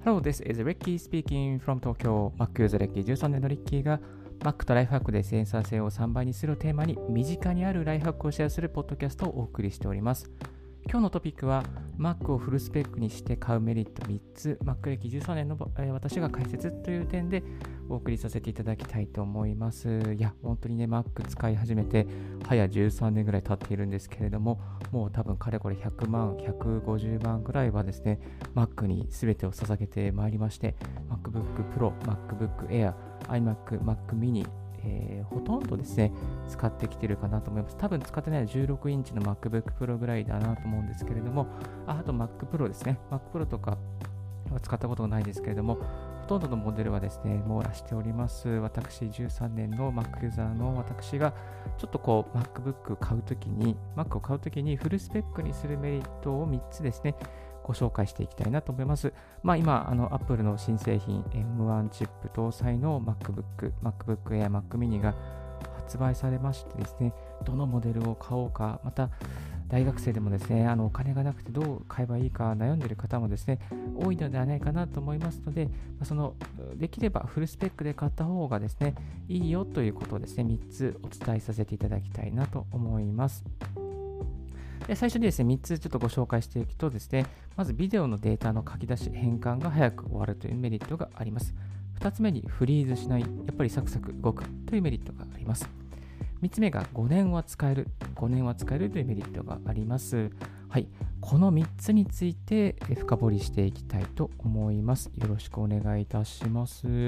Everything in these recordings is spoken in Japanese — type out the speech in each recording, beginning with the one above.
Hello, this is Ricky speaking from Tokyo. Mac ユーザー歴13年のリッキーが Mac とライフハックでセンサー性を3倍にするをテーマに身近にあるライフハックをシェアするポッドキャストをお送りしております。今日のトピックは Mac をフルスペックにして買うメリット3つ Mac 歴13年の、私が解説という点でお送りさせていただきたいと思います。いや本当にね Mac 使い始めて早13年ぐらい経っているんですけれども、もう多分かれこれ100万150万ぐらいはですね Mac に全てを捧げてまいりまして、 MacBook Pro、MacBook Air、iMac、Mac mini、ほとんどですね使ってきてるかなと思います。多分使ってないのは16インチの MacBook Pro ぐらいだなと思うんですけれども、あと Mac Pro ですね。Mac Pro とかは使ったことがないですけれども、ほとんどのモデルはですね網羅しております。私13年の Mac ユーザーの私がちょっとこう MacBook を買うときに Mac を買うときにフルスペックにするメリットを3つですねご紹介していきたいなと思います。今、Apple の新製品 M1 チップ搭載の MacBook Air、Mac mini が発売されましてですね、どのモデルを買おうか、また大学生でもですね、お金がなくてどう買えばいいか悩んでいる方もですね、多いのではないかなと思いますので、できればフルスペックで買った方がですね、いいよということをですね、3つお伝えさせていただきたいなと思います。で最初にですね、3つちょっとご紹介していくとですね、まずビデオのデータの書き出し、変換が早く終わるというメリットがあります。2つ目にフリーズしない、やっぱりサクサク動くというメリットがあります。3つ目が5年は使えるというメリットがあります。はい、この3つについて深掘りしていきたいと思います。よろしくお願いいたします。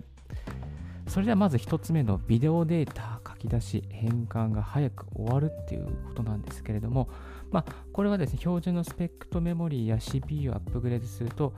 それではまず1つ目のビデオデータ書き出し、変換が早く終わるっていうことなんですけれども、これはですね、標準のスペックとメモリーや CPU をアップグレードすると、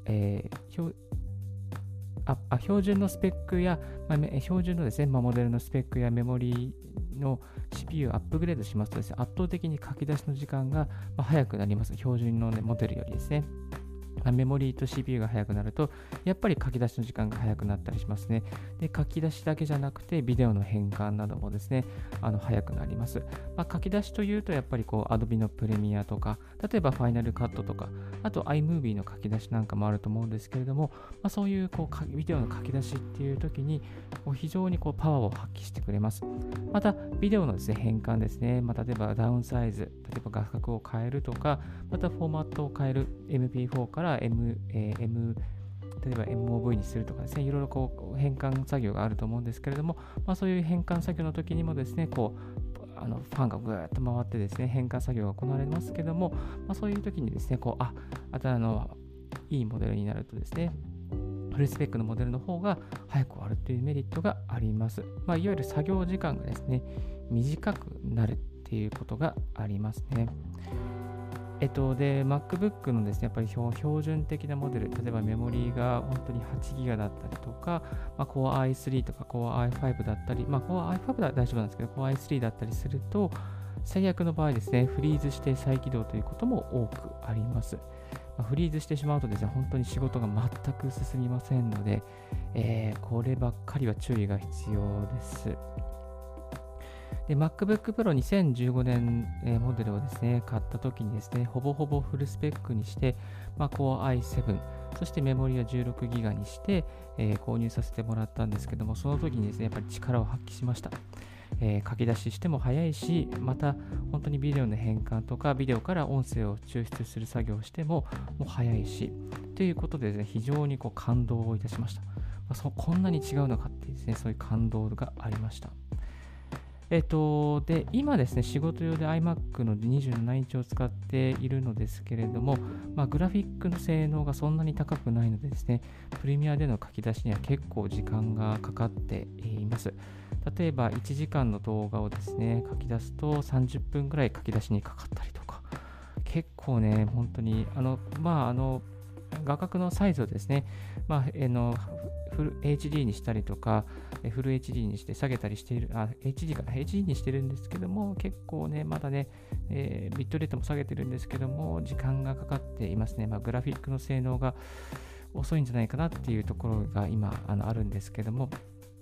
標準のスペックや、標準のですね、モデルのスペックやメモリーの CPU をアップグレードしますとですね、圧倒的に書き出しの時間が早くなります。標準の、モデルよりですね。メモリーと CPU が速くなると、やっぱり書き出しの時間が速くなったりしますね。で、書き出しだけじゃなくて、ビデオの変換などもですね、速くなります。書き出しというと、やっぱりAdobe のプレミアとか、例えば Final Cut とか、あと iMovie の書き出しなんかもあると思うんですけれども、そういうビデオの書き出しっていう時に、非常にパワーを発揮してくれます。また、ビデオのですね、変換ですね、例えばダウンサイズ、例えば画角を変えるとか、またフォーマットを変える MP4 から例えば MOV にするとかですね、いろいろ変換作業があると思うんですけれども、そういう変換作業の時にもですね、ファンがぐーっと回ってですね、変換作業が行われますけども、そういう時にですね、いいモデルになるとですね、フルスペックのモデルの方が早く終わるというメリットがあります。いわゆる作業時間がですね、短くなるっていうことがありますね。で、MacBook のですね、やっぱり標準的なモデル、例えばメモリーが本当に 8GB だったりとか、Core i3 とか Core i5 だったり、Core i5 は大丈夫なんですけど、Core i3 だったりすると、最悪の場合ですね、フリーズして再起動ということも多くあります。フリーズしてしまうとですね、本当に仕事が全く進みませんので、こればっかりは注意が必要です。で、MacBook Pro 2015年、モデルをですね、買った時にですね、ほぼほぼフルスペックにして、Core i7、そしてメモリは 16GB にして、購入させてもらったんですけども、その時にですね、やっぱり力を発揮しました。書き出ししても早いし、また本当にビデオの変換とか、ビデオから音声を抽出する作業をしても早いし、ということでですね、非常に感動をいたしました。こんなに違うのかっていうですね、そういう感動がありました。で、今ですね、仕事用で iMac の27インチを使っているのですけれども、グラフィックの性能がそんなに高くないのでですね、プレミアでの書き出しには結構時間がかかっています。例えば1時間の動画をですね、書き出すと30分ぐらい書き出しにかかったりとか、結構ね、本当に、画角のサイズをですね、フル HD にしたりとか、フル HD にして下げたりしている、HD にしてるんですけども、結構ね、まだね、ビットレートも下げてるんですけども、時間がかかっていますね。グラフィックの性能が遅いんじゃないかなっていうところが今あるんですけども、やっ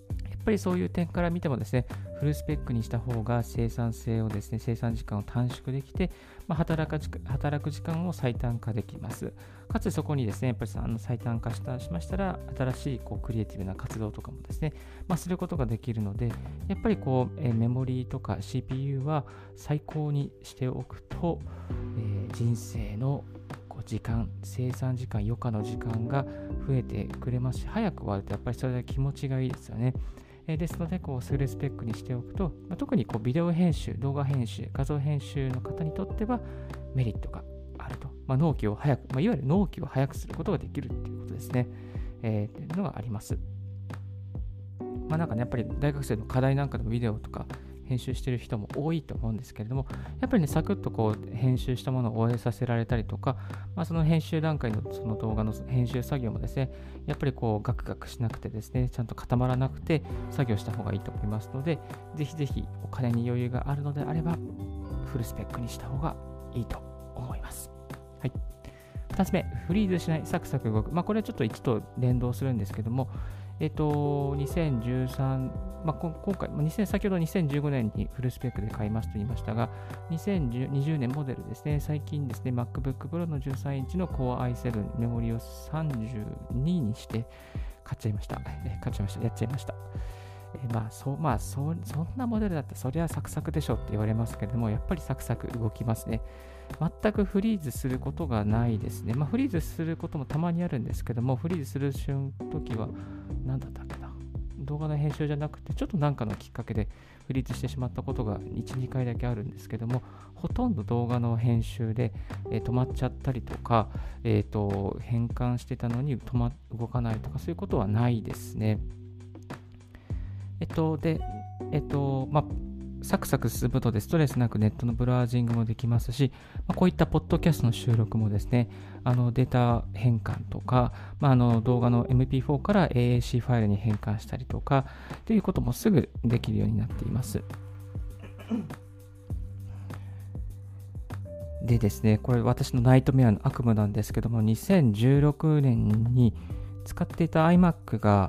ぱりそういう点から見てもですね、フルスペックにした方が生産性をですね、生産時間を短縮できて、働く時間を最短化できます。かつそこにですね、やっぱり最短化しましたら、新しいクリエイティブな活動とかもですね、することができるので、やっぱりメモリーとか CPU は最高にしておくと、人生の時間、生産時間、余暇の時間が増えてくれますし、早く終わるとやっぱりそれだけ気持ちがいいですよね。ですので、フルスペックにしておくと、特にビデオ編集、動画編集、画像編集の方にとってはメリットがあると。納期を早く、いわゆる納期を早くすることができるということですね。というのがあります。なんかね、やっぱり大学生の課題なんかでもビデオとか編集してる人も多いと思うんですけれども、やっぱりね、サクッと編集したものを終えさせられたりとか、その編集段階のその動画の編集作業もですね、やっぱりガクガクしなくてですね、ちゃんと固まらなくて作業した方がいいと思いますので、ぜひぜひお金に余裕があるのであれば、フルスペックにした方がいいと思います。はい。2つ目、フリーズしない、サクサク動く。これはちょっと1と連動するんですけども、2013、今回、先ほど2015年にフルスペックで買いますと言いましたが、2020年モデルですね、最近ですね、MacBook Pro の13インチの Core i7 メモリを32にして買っちゃいました。やっちゃいました。そんなモデルだったらそりゃサクサクでしょって言われますけども、やっぱりサクサク動きますね。全くフリーズすることがないですね。フリーズすることもたまにあるんですけども、フリーズする時は何だったっけな。動画の編集じゃなくて、ちょっと何かのきっかけでフリーズしてしまったことが1、2回だけあるんですけども、ほとんど動画の編集で、止まっちゃったりとか、変換してたのに動かないとか、そういうことはないですね。サクサク進むとでストレスなくネットのブラウジングもできますし、こういったポッドキャストの収録もですね、データ変換とか、動画の MP4 から AAC ファイルに変換したりとか、ということもすぐできるようになっています。でですね、これ私のナイトメアの悪夢なんですけども、2016年に使っていた iMac が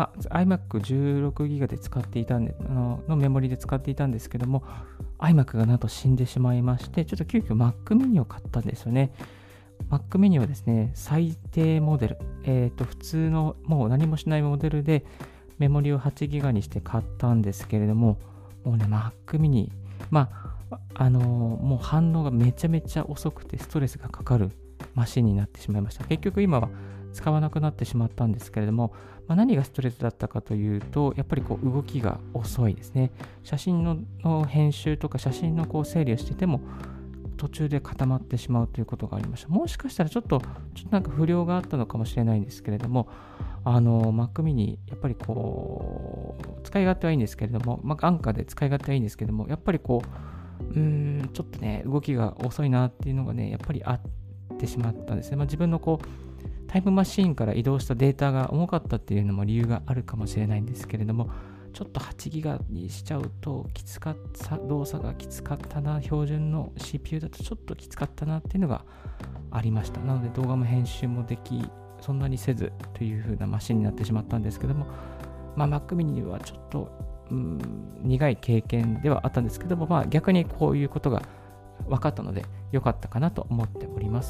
iMac16GB で使っていたのメモリで使っていたんですけども、iMac がなんと死んでしまいまして、ちょっと急遽 Mac mini を買ったんですよね。Mac mini はですね、最低モデル、普通のもう何もしないモデルでメモリを 8GB にして買ったんですけれども、もうね、Mac mini、もう反応がめちゃめちゃ遅くてストレスがかかるマシンになってしまいました。結局今は使わなくなってしまったんですけれども、何がストレスだったかというと、やっぱり動きが遅いですね。写真の編集とか写真の整理をしてても途中で固まってしまうということがありました。もしかしたらちょっとなんか不良があったのかもしれないんですけれども、Mac mini やっぱり使い勝手はいいんですけれども、安価で使い勝手はいいんですけれども、やっぱりちょっとね、動きが遅いなっていうのがね、やっぱりあってしまったんですね。自分のタイムマシーンから移動したデータが重かったっていうのも理由があるかもしれないんですけれども、ちょっと8ギガにしちゃうと動作がきつかったな、標準の CPU だとちょっときつかったなっていうのがありました。なので動画も編集もでき、そんなにせずという風なマシンになってしまったんですけども、Mac mini はちょっと苦い経験ではあったんですけども、逆にこういうことが分かったので良かったかなと思っております。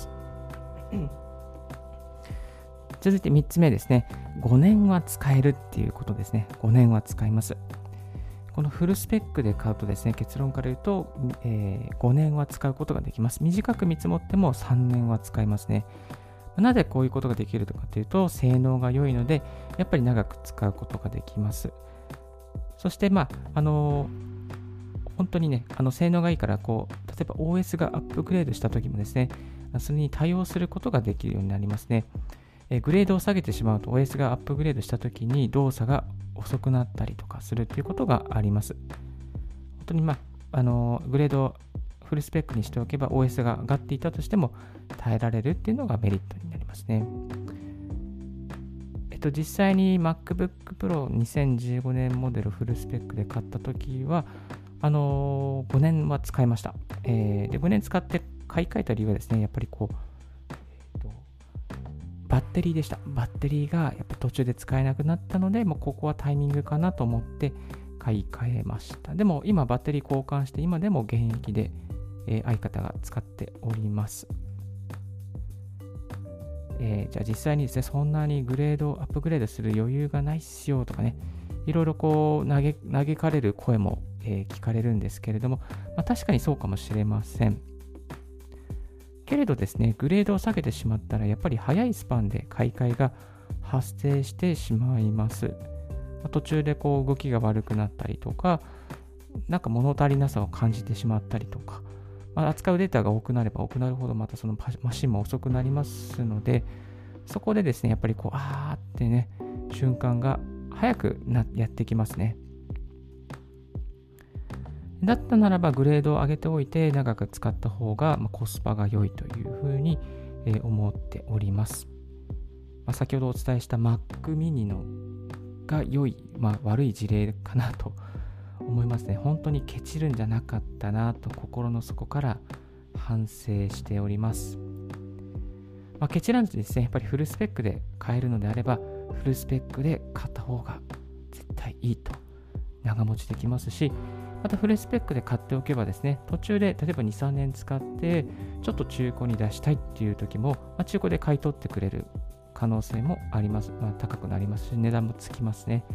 続いて3つ目ですね。5年は使えるっていうことですね。5年は使います。このフルスペックで買うとですね、結論から言うと、5年は使うことができます。短く見積もっても3年は使えますね。なぜこういうことができるかというと、性能が良いので、やっぱり長く使うことができます。そして、本当にね、性能がいいから、例えば OS がアップグレードした時もですね、それに対応することができるようになりますね。グレードを下げてしまうと OS がアップグレードしたときに動作が遅くなったりとかするということがあります。本当にグレードをフルスペックにしておけば OS が上がっていたとしても耐えられるっていうのがメリットになりますね。実際に MacBook Pro 2015年モデルフルスペックで買ったときは5年は使いました。で5年使って買い替えた理由はですね、やっぱりバッテリーでした。バッテリーがやっぱ途中で使えなくなったので、もうここはタイミングかなと思って買い替えました。でも今バッテリー交換して今でも現役で、相方が使っております。じゃあ実際にですね、そんなにアップグレードする余裕がないっすよとかね、いろいろこう嘆かれる声も、聞かれるんですけれども、確かにそうかもしれません。けれどですね、グレードを下げてしまったら、やっぱり早いスパンで買い替えが発生してしまいます。途中でこう動きが悪くなったりとか、なんか物足りなさを感じてしまったりとか、扱うデータが多くなれば多くなるほど、またそのマシンも遅くなりますので、そこでですね、やっぱりこう、ってね、瞬間が早くやってきますね。だったならばグレードを上げておいて長く使った方がコスパが良いというふうに思っております。先ほどお伝えした Mac mini のが良い、悪い事例かなと思いますね。本当にケチるんじゃなかったなと心の底から反省しております。ケチらんとですね、やっぱりフルスペックで買えるのであればフルスペックで買った方が絶対いいと、長持ちできますし、またフルスペックで買っておけばですね、途中で例えば 2,3 年使ってちょっと中古に出したいっていう時も、中古で買い取ってくれる可能性もあります。高くなりますし、値段もつきますね。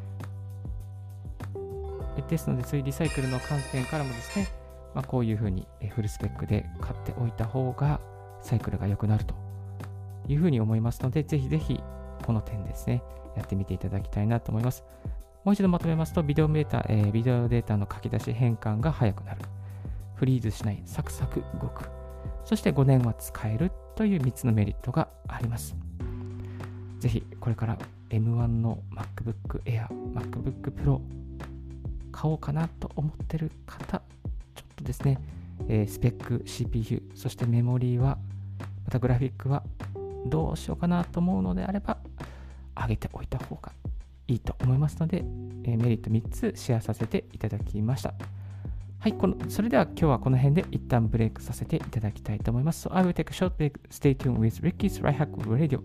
ですので、そういうリサイクルの観点からもですね、こういうふうにフルスペックで買っておいた方がサイクルが良くなるというふうに思いますので、ぜひぜひこの点ですね、やってみていただきたいなと思います。もう一度まとめますと、ビデオデータの書き出し変換が早くなる。フリーズしない、サクサク動く。そして5年は使えるという3つのメリットがあります。ぜひこれから M1 の MacBook Air、MacBook Pro 買おうかなと思ってる方、ちょっとですね、スペック、CPU、そしてメモリーは、またグラフィックはどうしようかなと思うのであれば、上げておいた方がいいと思いますので、メリット3つシェアさせていただきました。はい、それでは今日はこの辺で一旦ブレイクさせていただきたいと思います。So I will take a short break. Stay tuned with Ricky's Right Hack Radio.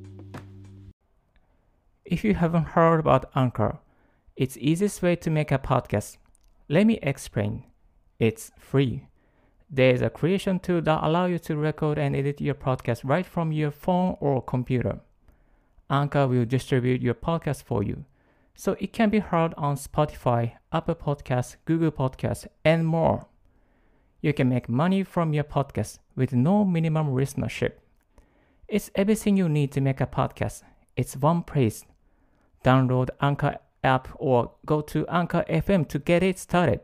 If you haven't heard about Anchor, it's the easiest way to make a podcast. Let me explain. It's free. There's a creation tool that allows you to record and edit your podcast right from your phone or computer. Anchor will distribute your podcast for you, so it can be heard on Spotify, Apple Podcasts, Google Podcasts, and more. You can make money from your podcast with no minimum listenership. It's everything you need to make a podcast. It's one place. Download Anchor app or go to Anchor FM to get it started.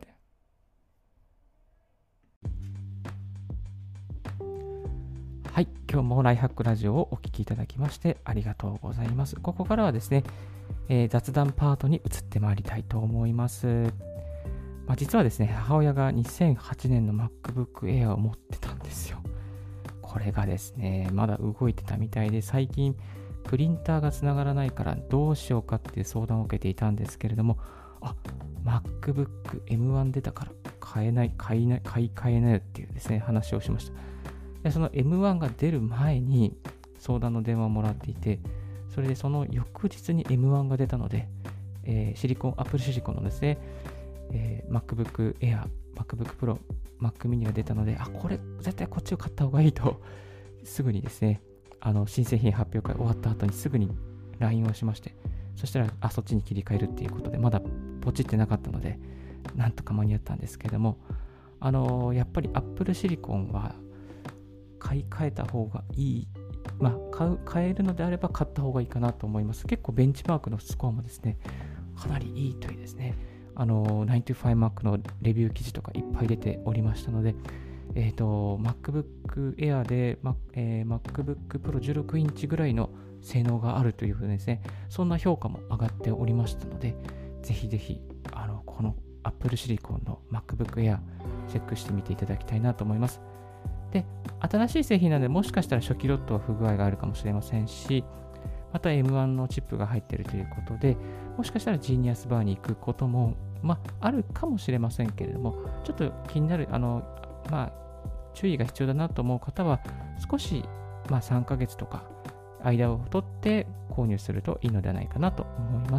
はい、今日もライハックラジオをお聞きいただきましてありがとうございます。ここからはですね、雑談パートに移ってまいりたいと思います。実はですね、母親が2008年の MacBook Air を持ってたんですよ。これがですね、まだ動いてたみたいで、最近プリンターがつながらないからどうしようかっていう相談を受けていたんですけれども、MacBook M1 出たから買い替えなよっていうですね、話をしました。でその M1 が出る前に相談の電話をもらっていて、それでその翌日に M1 が出たので、Apple シリコンのですね、MacBook Air、MacBook Pro、Mac mini が出たので、これ絶対こっちを買った方がいいと、すぐにですね、新製品発表会終わった後にすぐに LINE をしまして、そしたら、そっちに切り替えるっていうことで、まだポチってなかったので、なんとか間に合ったんですけれども、やっぱり Apple シリコンは買い替えた方がいい。買えるのであれば買った方がいいかなと思います。結構ベンチマークのスコアもですね、かなりいいというですね、95Mac のレビュー記事とかいっぱい出ておりましたので、MacBook Air で、MacBook Pro 16インチぐらいの性能があるというふうにですね、そんな評価も上がっておりましたので、ぜひぜひ、この Apple シリコンの MacBook Air チェックしてみていただきたいなと思います。で、新しい製品なので、もしかしたら初期ロットは不具合があるかもしれませんし、また M1 のチップが入っているということで、もしかしたらジーニアスバーに行くことも、あるかもしれませんけれども、ちょっと気になる、注意が必要だなと思う方は、少し、3ヶ月とか、 間を取って購入するといいのではないかなと思います。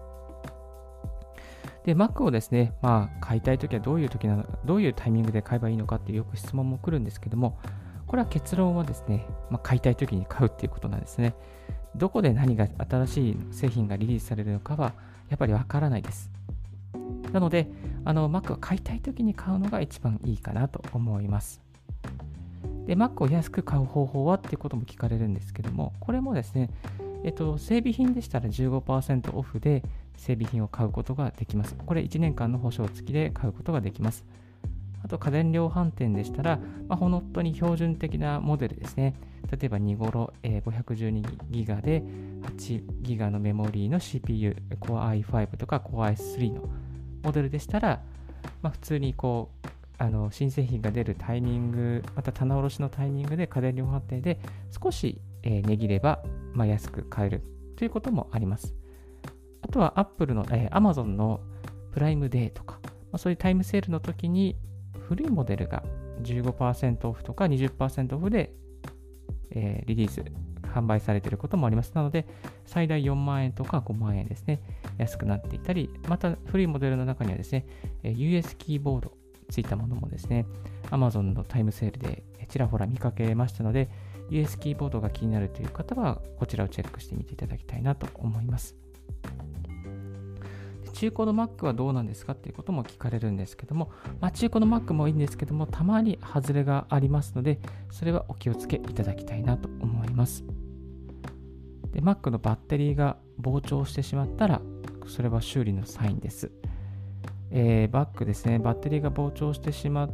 で、Mac をですね、買いたいときはどういうタイミングで買えばいいのかっていうよく質問も来るんですけども、これは結論はですね、買いたいときに買うっていうことなんですね。どこで何が新しい製品がリリースされるのかはやっぱりわからないです。なので、Mac を買いたいときに買うのが一番いいかなと思います。で、Mac を安く買う方法はっていうことも聞かれるんですけども、これもですね、整備品でしたら 15% オフで整備品を買うことができます。これ1年間の保証付きで買うことができます。あと家電量販店でしたら、本当に標準的なモデルですね。例えば2頃、512GB で 8GB のメモリーの CPU、Core i5 とか Core i3 のモデルでしたら、普通に新製品が出るタイミング、また棚卸しのタイミングで家電量販店で少し値切れば、安く買えるということもあります。あとは Apple の、Amazon のプライムデーとか、そういうタイムセールの時に古いモデルが 15% オフとか 20% オフで、リリース、販売されていることもあります。なので、最大4万円とか5万円ですね、安くなっていたり、また古いモデルの中にはですね、US キーボードついたものもですね、Amazon のタイムセールでちらほら見かけましたので、US キーボードが気になるという方は、こちらをチェックしてみていただきたいなと思います。中古の Mac はどうなんですかっていうことも聞かれるんですけども、中古の Mac もいいんですけども、たまに外れがありますので、それはお気をつけいただきたいなと思います。で、Mac のバッテリーが膨張してしまったら、それは修理のサインです。バッグですね、バッテリーが膨張してしまって、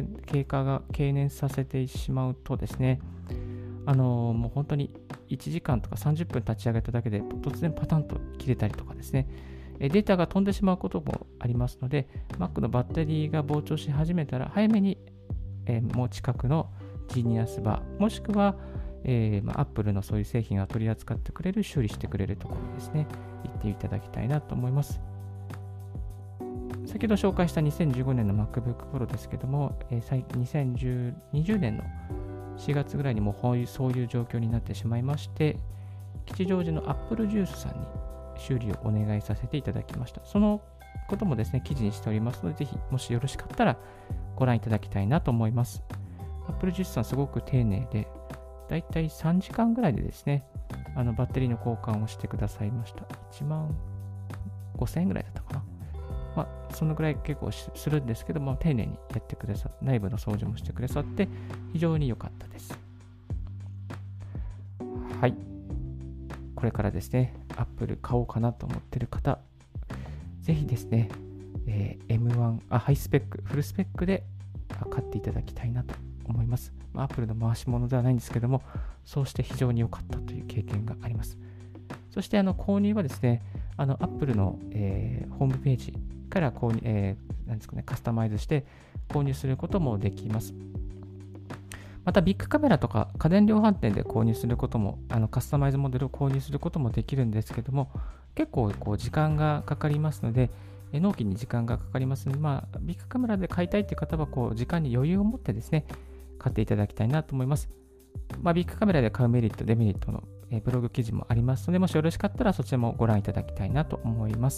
経過が経年させてしまうとですね、もう本当に1時間とか30分立ち上げただけで突然パタンと切れたりとかですね、データが飛んでしまうこともありますので、Mac のバッテリーが膨張し始めたら、早めに、もう近くのジニアスバー、もしくは、Apple のそういう製品を取り扱ってくれる、修理してくれるところですね、行っていただきたいなと思います。先ほど紹介した2015年の MacBook Pro ですけども、2020年の4月ぐらいにもうそういう状況になってしまいまして、吉祥寺の Apple Juice さんに修理をお願いさせていただきました。そのこともですね、記事にしておりますので、ぜひ、もしよろしかったらご覧いただきたいなと思います。Apple Juice さんすごく丁寧で、だいたい3時間ぐらいでですね、バッテリーの交換をしてくださいました。1万5000円ぐらいだったかな。そのぐらい結構するんですけども、丁寧にやってくださって、内部の掃除もしてくださって、非常に良かったです。はい。これからですね、Apple 買おうかなと思っている方、ぜひですね、M1、ハイスペック、フルスペックで買っていただきたいなと思います。Apple の回し物ではないんですけども、そうして非常に良かったという経験があります。そして購入はですね、Apple の、ホームページから購入、カスタマイズして購入することもできます。またビッグカメラとか家電量販店で購入することも、カスタマイズモデルを購入することもできるんですけども、結構時間がかかりますので、納期に時間がかかりますので、ビッグカメラで買いたいという方は時間に余裕を持ってですね、買っていただきたいなと思います。ビッグカメラで買うメリット、デメリットのブログ記事もありますので、もしよろしかったらそちらもご覧いただきたいなと思います。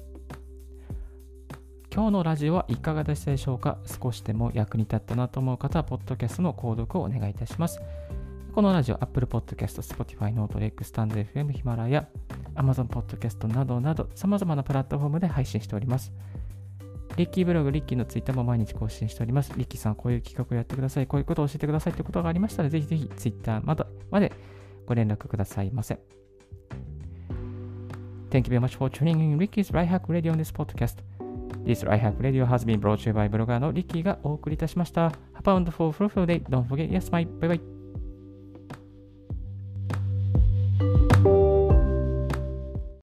今日のラジオはいかがでしたでしょうか。少しでも役に立ったなと思う方は、ポッドキャストの購読をお願いいたします。このラジオ、Apple Podcast、Spotify、Note、Rex、スタンド FM、ヒマラヤ、Amazon Podcast などなど、様々なプラットフォームで配信しております。リッキーブログ、リッキーのツイッターも毎日更新しております。リッキーさん、こういう企画をやってください。こういうことを教えてくださいということがありましたら、ぜひぜひツイッターまでご連絡くださいませ。Thank you very much for tuning in Ricky's Right Hack Radio on this podcast.This Right Hack Radio has been brought to you by ブロガーのリッキーがお送りいたしました。Have a wonderful day. Don't forget, yes, my. Bye bye.